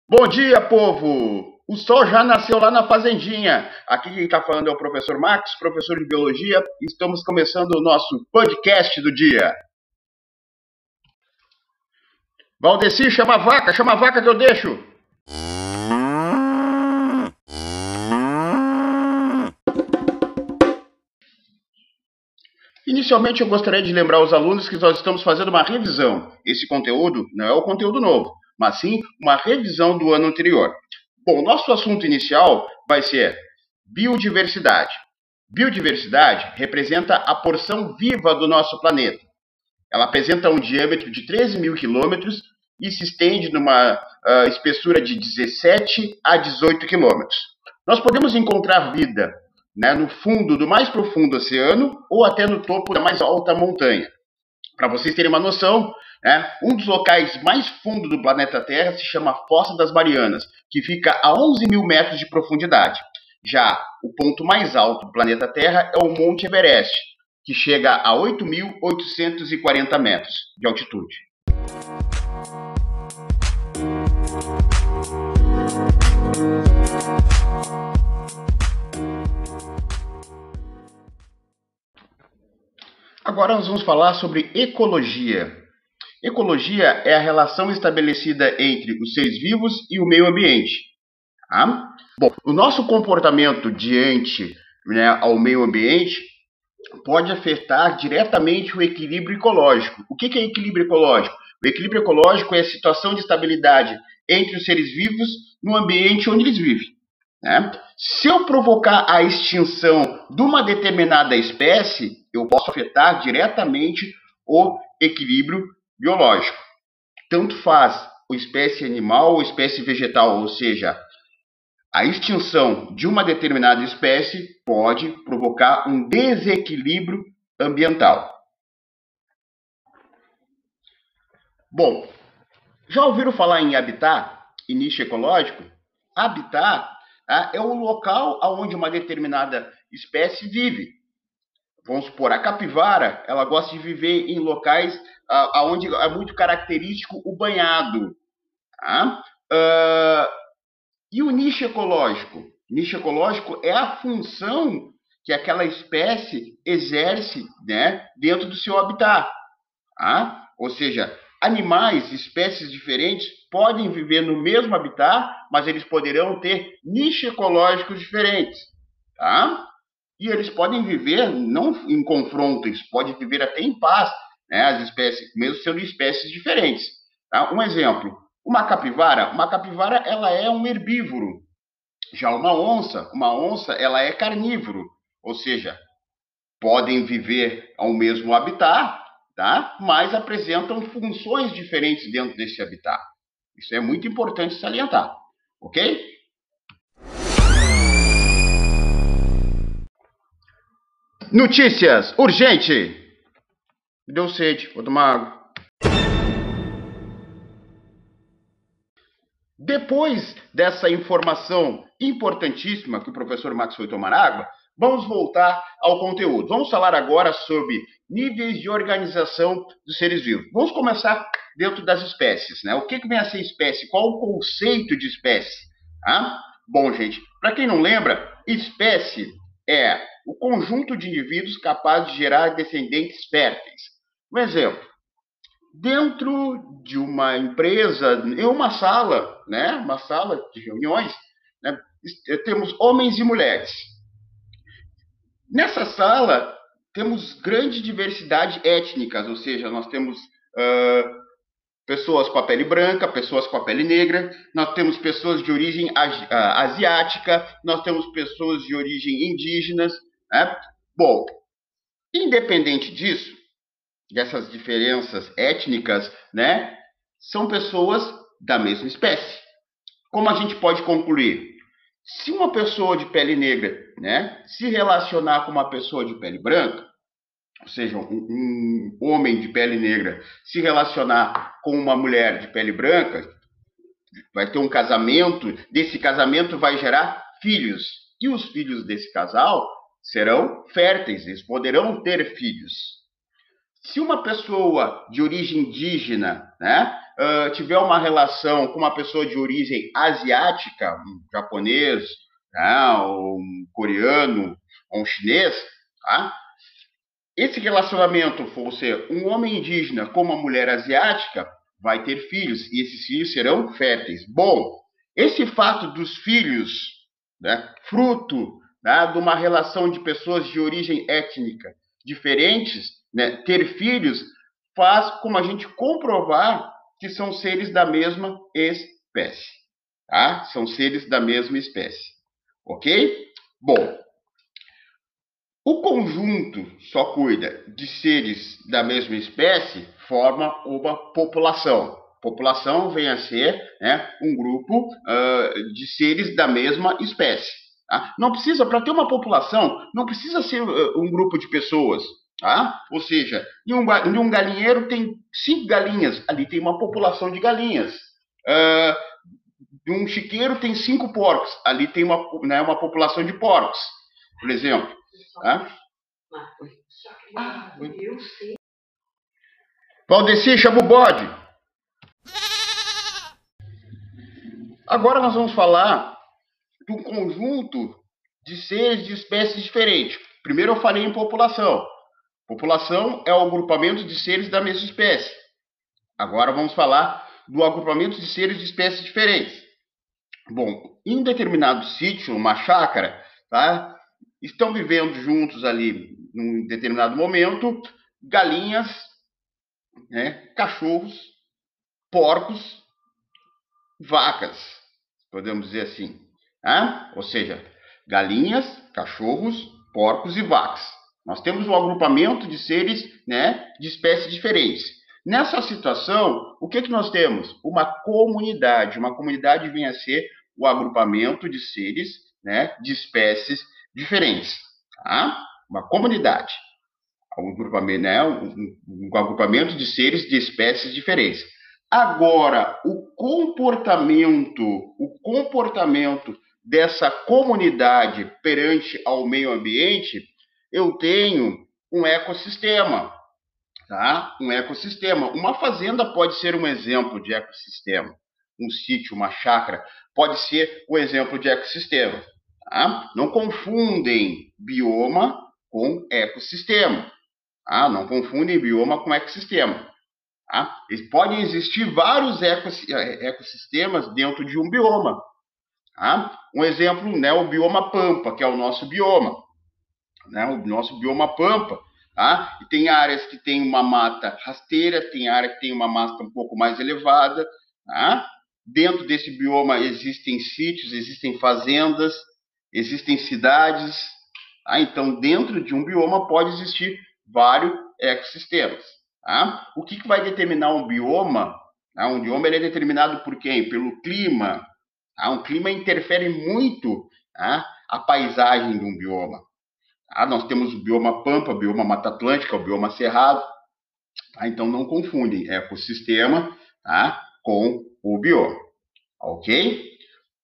Bom dia, povo! O sol já nasceu lá na fazendinha. Aqui quem está falando é o professor Max, professor de biologia. Estamos começando o nosso podcast do dia. Valdeci, chama a vaca que eu deixo. Inicialmente, eu gostaria de lembrar aos alunos que nós estamos fazendo uma revisão. Esse conteúdo não é o conteúdo novo, mas sim uma revisão do ano anterior. Bom, nosso assunto inicial vai ser biodiversidade. Biodiversidade representa a porção viva do nosso planeta. Ela apresenta um diâmetro de 13 mil quilômetros e se estende numa espessura de 17 a 18 quilômetros. Nós podemos encontrar vida, né, no fundo do mais profundo oceano ou até no topo da mais alta montanha. Para vocês terem uma noção, né, um dos locais mais fundos do planeta Terra se chama Fossa das Marianas, que fica a 11 mil metros de profundidade. Já o ponto mais alto do planeta Terra é o Monte Everest, que chega a 8.840 metros de altitude. Agora nós vamos falar sobre ecologia. Ecologia é a relação estabelecida entre os seres vivos e o meio ambiente. Tá? Bom, o nosso comportamento diante, né, ao meio ambiente pode afetar diretamente o equilíbrio ecológico. O que é equilíbrio ecológico? O equilíbrio ecológico é a situação de estabilidade entre os seres vivos no ambiente onde eles vivem. Né? Se eu provocar a extinção de uma determinada espécie, eu posso afetar diretamente o equilíbrio biológico. Tanto faz a espécie animal ou espécie vegetal, ou seja, a extinção de uma determinada espécie pode provocar um desequilíbrio ambiental. Bom, já ouviram falar em habitat e nicho ecológico? Habitat é o local onde uma determinada espécie vive. Vamos supor, a capivara, ela gosta de viver em locais onde é muito característico o banhado. Tá? E o nicho ecológico? Nicho ecológico é a função que aquela espécie exerce, né, dentro do seu habitat. Tá? Ou seja, animais, espécies diferentes, podem viver no mesmo habitat, mas eles poderão ter nichos ecológicos diferentes. Tá? E eles podem viver não em confronto, eles podem viver até em paz, né, as espécies, mesmo sendo espécies diferentes. Tá? Um exemplo, uma capivara ela é um herbívoro. Já uma onça ela é carnívoro, ou seja, podem viver ao mesmo habitat, tá? Mas apresentam funções diferentes dentro desse habitat. Isso é muito importante salientar, ok? Notícias, urgente! Me deu sede, vou tomar água. Depois dessa informação importantíssima que o professor Max foi tomar água, vamos voltar ao conteúdo. Vamos falar agora sobre níveis de organização dos seres vivos. Vamos começar dentro das espécies, né? O que vem a ser espécie? Qual o conceito de espécie? Ah? Bom, gente, para quem não lembra, espécie é o conjunto de indivíduos capaz de gerar descendentes férteis. Um exemplo, dentro de uma empresa, em uma sala, né, uma sala de reuniões, né, temos homens e mulheres. Nessa sala, temos grande diversidade étnicas, ou seja, nós temos pessoas com a pele branca, pessoas com a pele negra, nós temos pessoas de origem asiática, nós temos pessoas de origem indígenas. Né? Bom, independente disso, dessas diferenças étnicas, né, são pessoas da mesma espécie. Como a gente pode concluir? Se uma pessoa de pele negra, né, se relacionar com uma pessoa de pele branca, ou seja, um homem de pele negra se relacionar com uma mulher de pele branca, vai ter um casamento, desse casamento vai gerar filhos. E os filhos desse casal serão férteis, eles poderão ter filhos. Se uma pessoa de origem indígena, né, tiver uma relação com uma pessoa de origem asiática, um japonês, né, ou um coreano, ou um chinês, tá? Esse relacionamento for ser um homem indígena com uma mulher asiática, vai ter filhos, e esses filhos serão férteis. Bom, esse fato dos filhos, né, fruto, né, de uma relação de pessoas de origem étnica diferentes, né, ter filhos, faz como a gente comprovar que são seres da mesma espécie. Tá? São seres da mesma espécie. Ok? Bom, o conjunto só cuida de seres da mesma espécie, forma uma população. População vem a ser, né, um grupo de seres da mesma espécie. Tá? Não precisa, para ter uma população, não precisa ser um grupo de pessoas. Tá? Ou seja, em um galinheiro tem 5 galinhas, ali tem uma população de galinhas. De um chiqueiro tem 5 porcos, ali tem uma população de porcos, por exemplo. Tá? Valdeci, chama o bode. Agora nós vamos falar de um conjunto de seres de espécies diferentes. Primeiro eu falei em população. População é o agrupamento de seres da mesma espécie. Agora vamos falar do agrupamento de seres de espécies diferentes. Bom, em um determinado sítio, uma chácara, tá? Estão vivendo juntos ali, num determinado momento, galinhas, né, cachorros, porcos, vacas, podemos dizer assim. Tá? Ou seja, galinhas, cachorros, porcos e vacas. Nós temos um agrupamento de seres, né, de espécies diferentes. Nessa situação, o que nós temos? Uma comunidade. Uma comunidade vem a ser o agrupamento de seres, né, de espécies diferentes. Tá? Uma comunidade. Um agrupamento, né, um agrupamento de seres de espécies diferentes. Agora, o comportamento dessa comunidade perante ao meio ambiente, eu tenho um ecossistema, tá? Um ecossistema. Uma fazenda pode ser um exemplo de ecossistema. Um sítio, uma chácara, pode ser um exemplo de ecossistema. Tá? Não confundem bioma com ecossistema. Tá? Não confundem bioma com ecossistema. Tá? Podem existir vários ecossistemas dentro de um bioma. Tá? Um exemplo, né, o bioma Pampa, que é o nosso bioma. Né, o nosso bioma Pampa. Tá? E tem áreas que tem uma mata rasteira, tem área que tem uma mata um pouco mais elevada. Tá? Dentro desse bioma existem sítios, existem fazendas, existem cidades. Tá? Então, dentro de um bioma pode existir vários ecossistemas. Tá? O que vai determinar um bioma? Tá? Um bioma ele é determinado por quem? Pelo clima. Tá? Um clima interfere muito, tá, a paisagem de um bioma. Tá? Nós temos o bioma Pampa, o bioma Mata Atlântica, o bioma Cerrado. Tá? Então não confundem ecossistema, tá, com o bioma. Ok?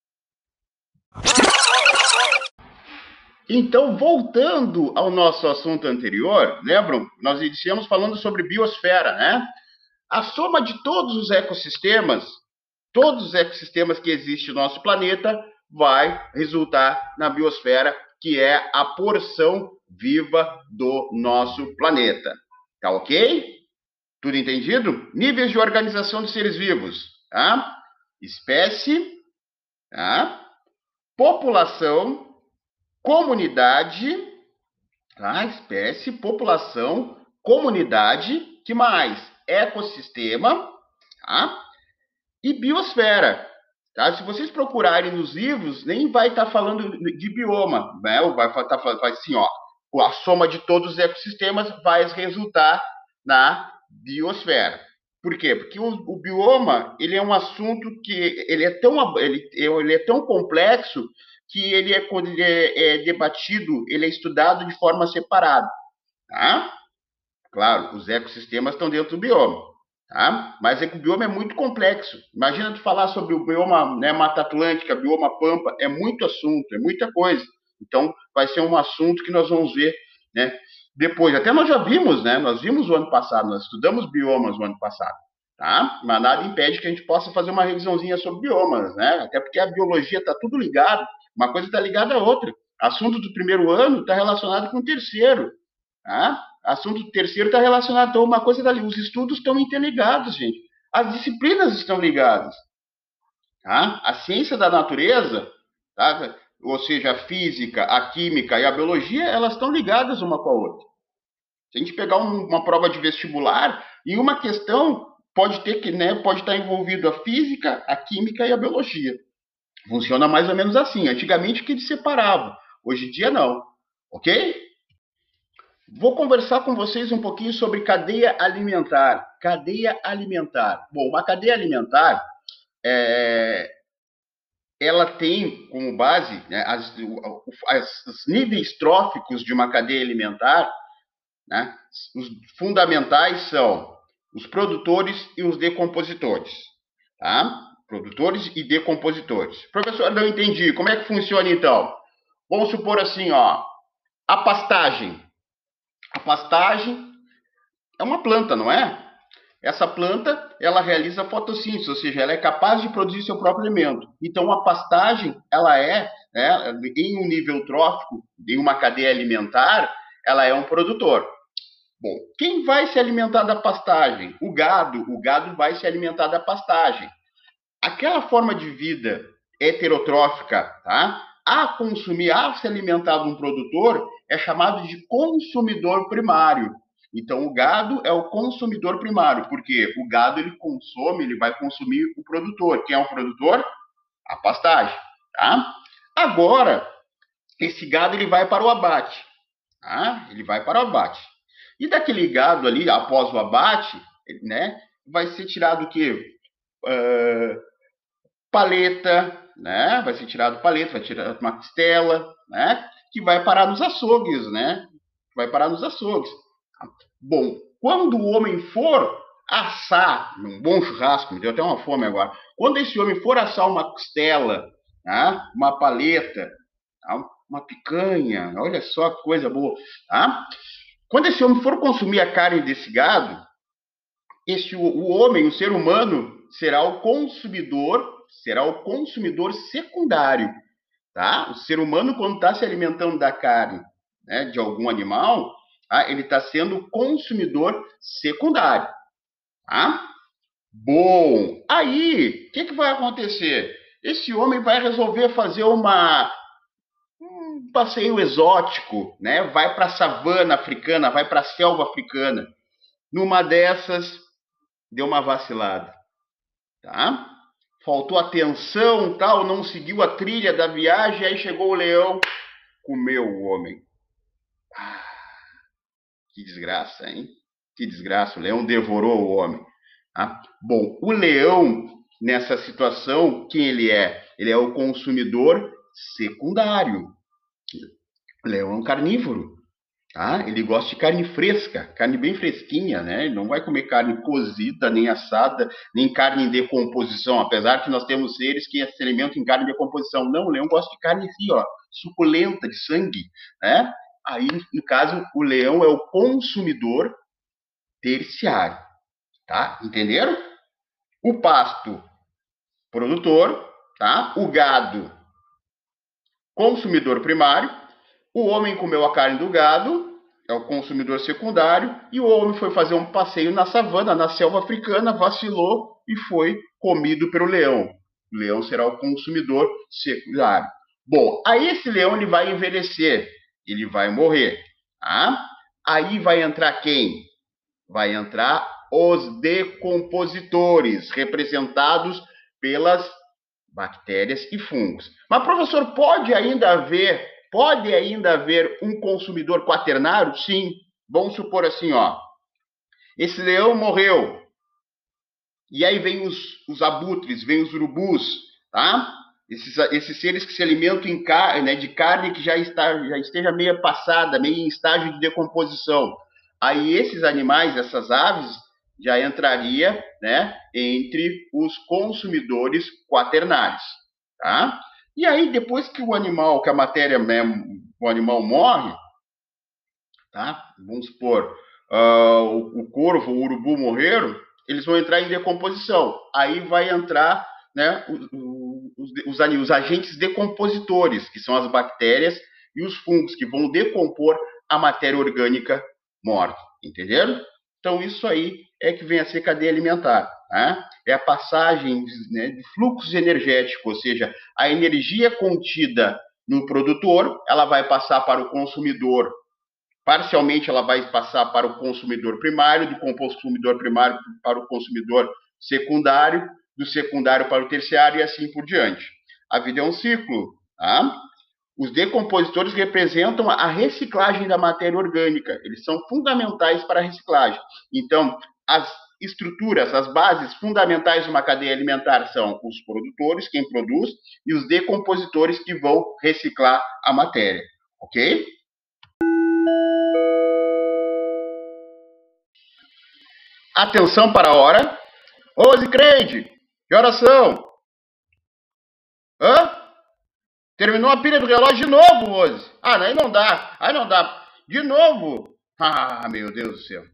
Então, voltando ao nosso assunto anterior, lembram? Nós iniciamos falando sobre biosfera, né? A soma de todos os ecossistemas que existem no nosso planeta, vai resultar na biosfera, que é a porção viva do nosso planeta. Tá ok? Tudo entendido? Níveis de organização de seres vivos. Tá? Espécie, tá? População, comunidade, tá? Espécie, população, comunidade, que mais? Ecossistema, tá? E biosfera. Tá? Se vocês procurarem nos livros, nem vai estar falando de bioma, né? Vai assim, ó, a soma de todos os ecossistemas vai resultar na biosfera. Por quê? Porque o bioma ele é um assunto que ele é tão complexo que quando ele é debatido, ele é estudado de forma separada. Tá? Claro, os ecossistemas estão dentro do bioma. Tá? Mas é que o bioma é muito complexo. Imagina tu falar sobre o bioma, né, Mata Atlântica, bioma Pampa, é muito assunto, é muita coisa. Então, vai ser um assunto que nós vamos ver, né, Depois, até nós já vimos, né? Nós vimos o ano passado, nós estudamos biomas no ano passado, tá? Mas nada impede que a gente possa fazer uma revisãozinha sobre biomas, né? Até porque a biologia está tudo ligado, uma coisa está ligada à outra. Assunto do primeiro ano está relacionado com o terceiro, tá? Assunto do terceiro está relacionado, então uma coisa está ali, os estudos estão interligados, gente. As disciplinas estão ligadas, tá? A ciência da natureza, tá? Ou seja, a física, a química e a biologia, elas estão ligadas uma com a outra. Se a gente pegar uma prova de vestibular, em uma questão pode ter que, né, pode estar envolvido a física, a química e a biologia. Funciona mais ou menos assim. Antigamente que eles separavam, hoje em dia não. Ok? Vou conversar com vocês um pouquinho sobre cadeia alimentar. Cadeia alimentar. Bom, uma cadeia alimentar ela tem como base, né, os níveis tróficos de uma cadeia alimentar, né? Os fundamentais são os produtores e os decompositores, tá? Produtores e decompositores. Professor, não entendi. Como é que funciona então? Vamos supor assim, ó, a pastagem. A pastagem é uma planta, não é? Essa planta, ela realiza fotossíntese, ou seja, ela é capaz de produzir seu próprio alimento. Então, a pastagem, ela é, né, em um nível trófico, em uma cadeia alimentar, ela é um produtor. Bom, quem vai se alimentar da pastagem? O gado vai se alimentar da pastagem. Aquela forma de vida heterotrófica, tá? A se alimentar de um produtor é chamado de consumidor primário. Então, o gado é o consumidor primário, porque o gado ele consome, ele vai consumir o produtor. Quem é o produtor? A pastagem, tá? Agora, esse gado ele vai para o abate, tá? Ele vai para o abate. E daquele gado ali, após o abate, né, vai ser tirado o quê? Paleta, né? Vai ser tirado paleta, vai tirar uma costela, né? Que vai parar nos açougues, né? Vai parar nos açougues. Bom, quando o homem for assar, um bom churrasco, me deu até uma fome agora. Quando esse homem for assar uma costela, tá? Uma paleta, tá? Uma picanha, olha só que coisa boa, tá? Quando esse homem for consumir a carne desse gado, o homem, o ser humano, será o consumidor secundário, tá? O ser humano, quando está se alimentando da carne, né, de algum animal, tá? Ele está sendo consumidor secundário, tá? Bom, aí, o que vai acontecer? Esse homem vai resolver fazer um passeio exótico, né? Vai para a savana africana, vai para a selva africana. Numa dessas, deu uma vacilada, tá? Faltou atenção, tal, não seguiu a trilha da viagem, aí chegou o leão, comeu o homem. Ah, que desgraça, hein? Que desgraça, o leão devorou o homem. Tá? Bom, o leão, nessa situação, quem ele é? Ele é o consumidor secundário. O leão é um carnívoro. Tá? Ele gosta de carne fresca, carne bem fresquinha, né? Ele não vai comer carne cozida, nem assada, nem carne em decomposição, apesar que nós temos seres que se alimentam em carne em decomposição. Não, o leão gosta de carne assim, ó, suculenta, de sangue, né? Aí, no caso, o leão é o consumidor terciário, tá? Entenderam? O pasto, produtor, tá? O gado, consumidor primário. O homem comeu a carne do gado, é o consumidor secundário, e o homem foi fazer um passeio na savana, na selva africana, vacilou e foi comido pelo leão. O leão será o consumidor secundário. Bom, aí esse leão ele vai envelhecer, ele vai morrer. Tá? Aí vai entrar quem? Vai entrar os decompositores, representados pelas bactérias e fungos. Mas, professor, pode ainda haver um consumidor quaternário? Sim. Vamos supor assim, ó. Esse leão morreu. E aí vem os abutres, vem os urubus, tá? Esses seres que se alimentam né, de carne que já esteja meio passada, meio em estágio de decomposição. Aí esses animais, essas aves, já entraria, né, entre os consumidores quaternários, tá? E aí depois que o animal, que a matéria mesmo, o animal morre, tá? Vamos supor, o corvo, o urubu morreram, eles vão entrar em decomposição. Aí vai entrar, né, os agentes decompositores, que são as bactérias e os fungos, que vão decompor a matéria orgânica morta. Entenderam? Então, isso aí é que vem a ser cadeia alimentar. Né? É a passagem, né, de fluxos energéticos, ou seja, a energia contida no produtor, ela vai passar para o consumidor. Parcialmente, ela vai passar para o consumidor primário, do consumidor primário para o consumidor secundário, do secundário para o terciário e assim por diante. A vida é um ciclo. Tá? Os decompositores representam a reciclagem da matéria orgânica. Eles são fundamentais para a reciclagem. Então, as estruturas, as bases fundamentais de uma cadeia alimentar são os produtores, quem produz, e os decompositores que vão reciclar a matéria. Ok? Atenção para a hora. Rose Creide, que horas são? Hã? Terminou a pilha do relógio de novo, Rose. Ah, aí não dá. Aí não dá. De novo. Ah, meu Deus do céu.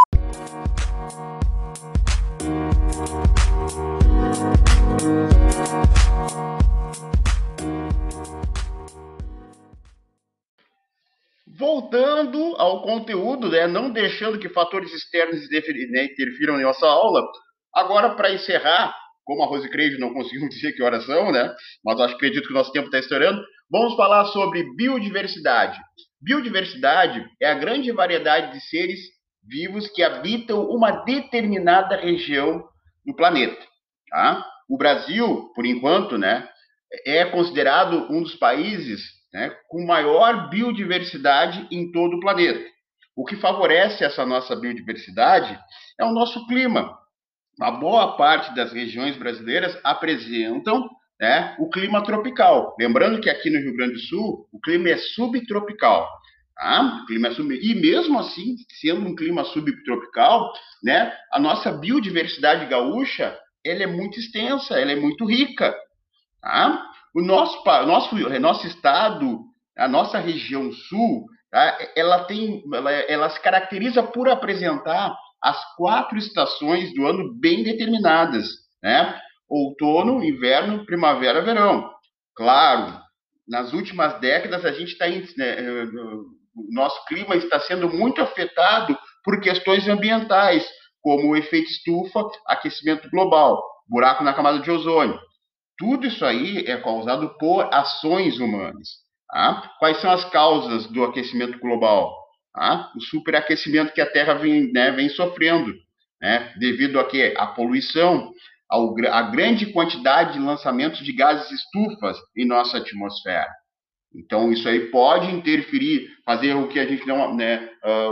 Voltando ao conteúdo, né, não deixando que fatores externos interfiram em nossa aula, agora para encerrar, como a Rose Creide não conseguiu dizer que horas são, né, mas acho que acredito que o nosso tempo está estourando, vamos falar sobre biodiversidade. Biodiversidade é a grande variedade de seres vivos que habitam uma determinada região do planeta. Tá? O Brasil, por enquanto, né, é considerado um dos países, né, com maior biodiversidade em todo o planeta. O que favorece essa nossa biodiversidade é o nosso clima. Uma boa parte das regiões brasileiras apresentam, né, o clima tropical. Lembrando que aqui no Rio Grande do Sul, o clima é subtropical. Tá? O clima é e mesmo assim, sendo um clima subtropical, né, a nossa biodiversidade gaúcha ela é muito extensa, ela é muito rica. Tá? O nosso estado, a nossa região sul, tá? Ela se caracteriza por apresentar as 4 estações do ano bem determinadas, né? Outono, inverno, primavera, verão. Claro, nas últimas décadas a gente está, né, o nosso clima está sendo muito afetado por questões ambientais, como o efeito estufa, aquecimento global, buraco na camada de ozônio. Tudo isso aí é causado por ações humanas. Tá? Quais são as causas do aquecimento global? Tá? O superaquecimento que a Terra vem, né, vem sofrendo, né, devido a quê? A poluição, a grande quantidade de lançamentos de gases estufas em nossa atmosfera. Então, isso aí pode interferir, fazer com que a gente não, né,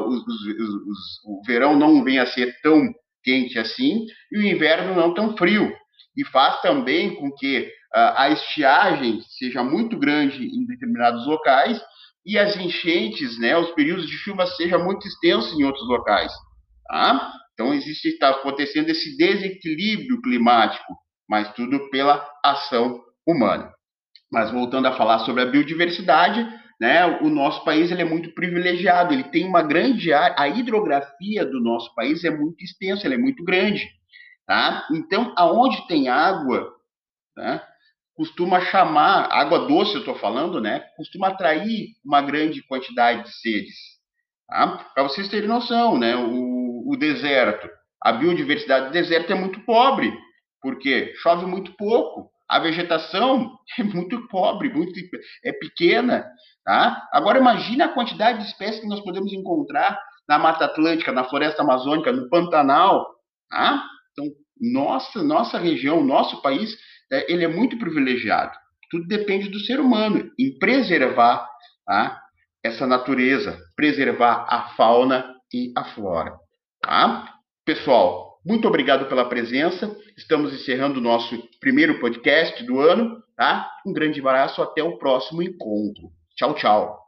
o verão não venha a ser tão quente assim e o inverno não tão frio. E faz também com que a estiagem seja muito grande em determinados locais e as enchentes, né, os períodos de chuva sejam muito extensos em outros locais. Tá? Então, está acontecendo esse desequilíbrio climático, mas tudo pela ação humana. Mas voltando a falar sobre a biodiversidade, né, o nosso país ele é muito privilegiado, ele tem uma grande área, a hidrografia do nosso país é muito extensa, ela é muito grande. Tá? Então, aonde tem água, né, costuma chamar, água doce eu estou falando, né, costuma atrair uma grande quantidade de seres. Tá? Para vocês terem noção, né, o deserto, a biodiversidade do deserto é muito pobre, porque chove muito pouco, a vegetação é muito pobre, é pequena. Tá? Agora imagine a quantidade de espécies que nós podemos encontrar na Mata Atlântica, na Floresta Amazônica, no Pantanal. Tá? Então, nossa região, nosso país, ele é muito privilegiado. Tudo depende do ser humano em preservar, tá, essa natureza, preservar a fauna e a flora. Tá? Pessoal, muito obrigado pela presença. Estamos encerrando o nosso primeiro podcast do ano. Tá? Um grande abraço, até o próximo encontro. Tchau, tchau.